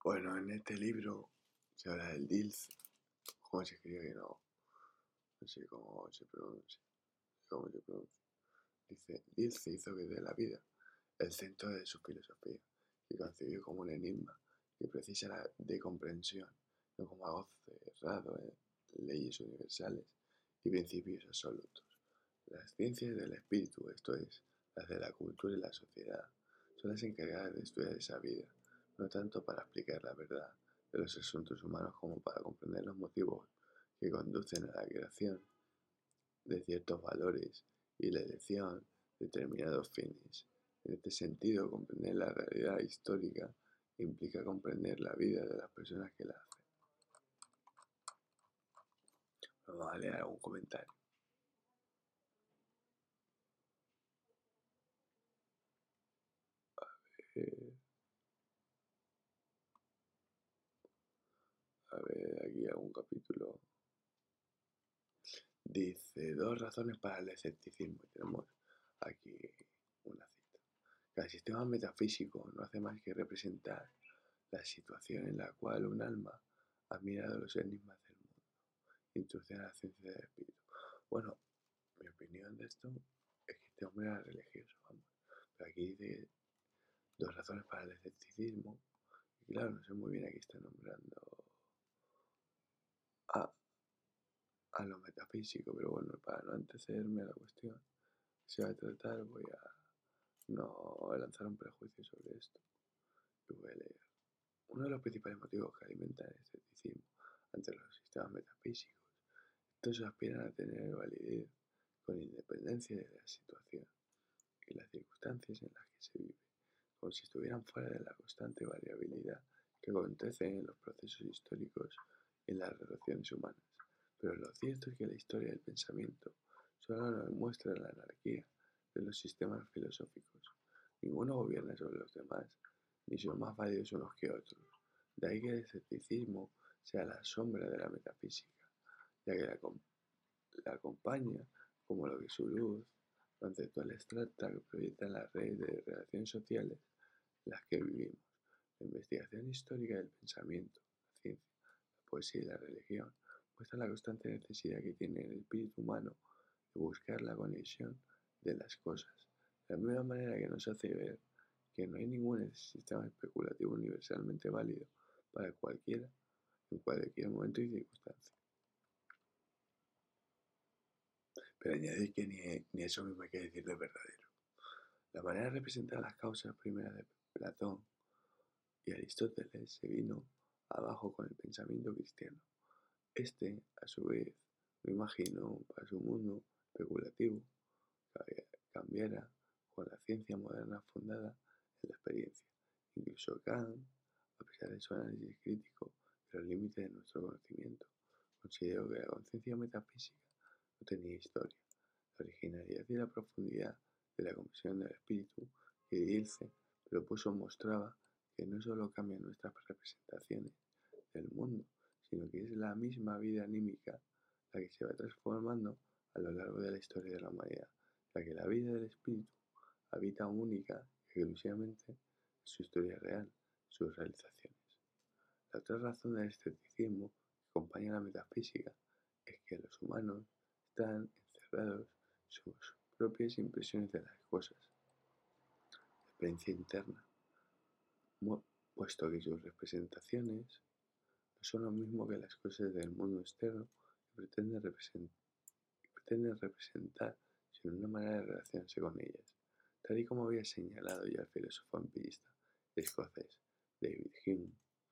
Bueno, en este libro se habla del DILS. ¿Cómo se escribe? Que no sé cómo se pronuncia. Dice, DILS se hizo que de la vida el centro de su filosofía, que concibió como un enigma que precisa de comprensión, no como algo cerrado en leyes universales y principios absolutos. Las ciencias del espíritu, esto es, las de la cultura y la sociedad, son las encargadas de estudiar esa vida, no tanto para explicar la verdad de los asuntos humanos como para comprender los motivos que conducen a la creación de ciertos valores y la elección de determinados fines. En este sentido, comprender la realidad histórica implica comprender la vida de las personas que la hacen. Vamos a leer algún comentario. Eh, a ver, aquí algún capítulo. Dice, dos razones para el escepticismo. Tenemos aquí una cita. Cada sistema metafísico no hace más que representar la situación en la cual un alma ha mirado los enigmas del mundo. Introducción a la ciencia del espíritu. Bueno, mi opinión de esto es que este hombre era religioso, vamos. Pero aquí dice dos razones para el escepticismo. Y claro, no sé muy bien, aquí está nombrando a, a lo metafísico, pero bueno, para no antecederme a la cuestión que se va a tratar, voy a no lanzar un prejuicio sobre esto y voy a leer. Uno de los principales motivos que alimentan el escepticismo ante los sistemas metafísicos, estos aspiran a tener validez con independencia de la situación y las circunstancias en las que se vive, como si estuvieran fuera de la constante variabilidad que acontece en los procesos históricos y en las relaciones humanas. Pero lo cierto es que la historia del pensamiento solo nos muestra la anarquía de los sistemas filosóficos. Ninguno gobierna sobre los demás, ni son más válidos unos que otros. De ahí que el escepticismo sea la sombra de la metafísica, ya que la acompaña como lo que su luz conceptual abstracta que proyecta en las redes de relaciones sociales en las que vivimos. La investigación histórica del pensamiento, la ciencia, la poesía y la religión muestra la constante necesidad que tiene el espíritu humano de buscar la conexión de las cosas, de la misma manera que nos hace ver que no hay ningún sistema especulativo universalmente válido para cualquiera, en cualquier momento y circunstancia. Pero añadir que ni eso mismo hay que decir de verdadero. La manera de representar las causas primeras de Platón y Aristóteles se vino abajo con el pensamiento cristiano. Este, a su vez, lo imaginó para su mundo especulativo que cambiara con la ciencia moderna fundada en la experiencia. Incluso Kant, a pesar de su análisis crítico de los límites de nuestro conocimiento, consideró que la conciencia metafísica no tenía historia. La originalidad y la profundidad de la comprensión del espíritu que Dilce propuso mostraba que no solo cambian nuestras representaciones del mundo, sino que es la misma vida anímica la que se va transformando a lo largo de la historia de la humanidad, ya que la vida del espíritu habita única y exclusivamente en su historia real, sus realizaciones. La otra razón del escepticismo que acompaña a la metafísica es que los humanos están encerrados en sus propias impresiones de las cosas, la experiencia interna, puesto que sus representaciones no son lo mismo que las cosas del mundo externo que pretenden representar, sino una manera de relacionarse con ellas. Tal y como había señalado ya el filósofo empirista escocés David Hume,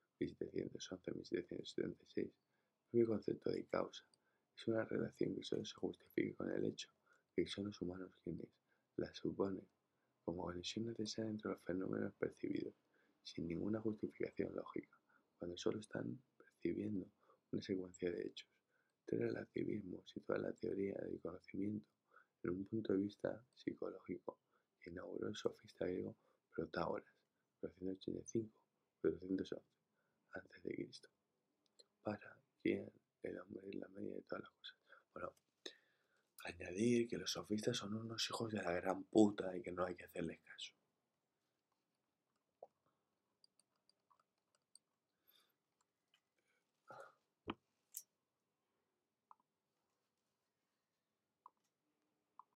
1711-1776, el concepto de causa es una relación que solo se justifica con el hecho de que son los humanos quienes la suponen como conexión necesaria entre los fenómenos percibidos, sin ninguna justificación lógica, cuando solo están percibiendo una secuencia de hechos. Este relativismo sitúa la teoría del conocimiento en un punto de vista psicológico que inauguró el sofista griego Protágoras, 485-411 a.C., para quien el hombre es la medida de todas las cosas. Bueno, añadir que los sofistas son unos hijos de la gran puta y que no hay que hacerles caso.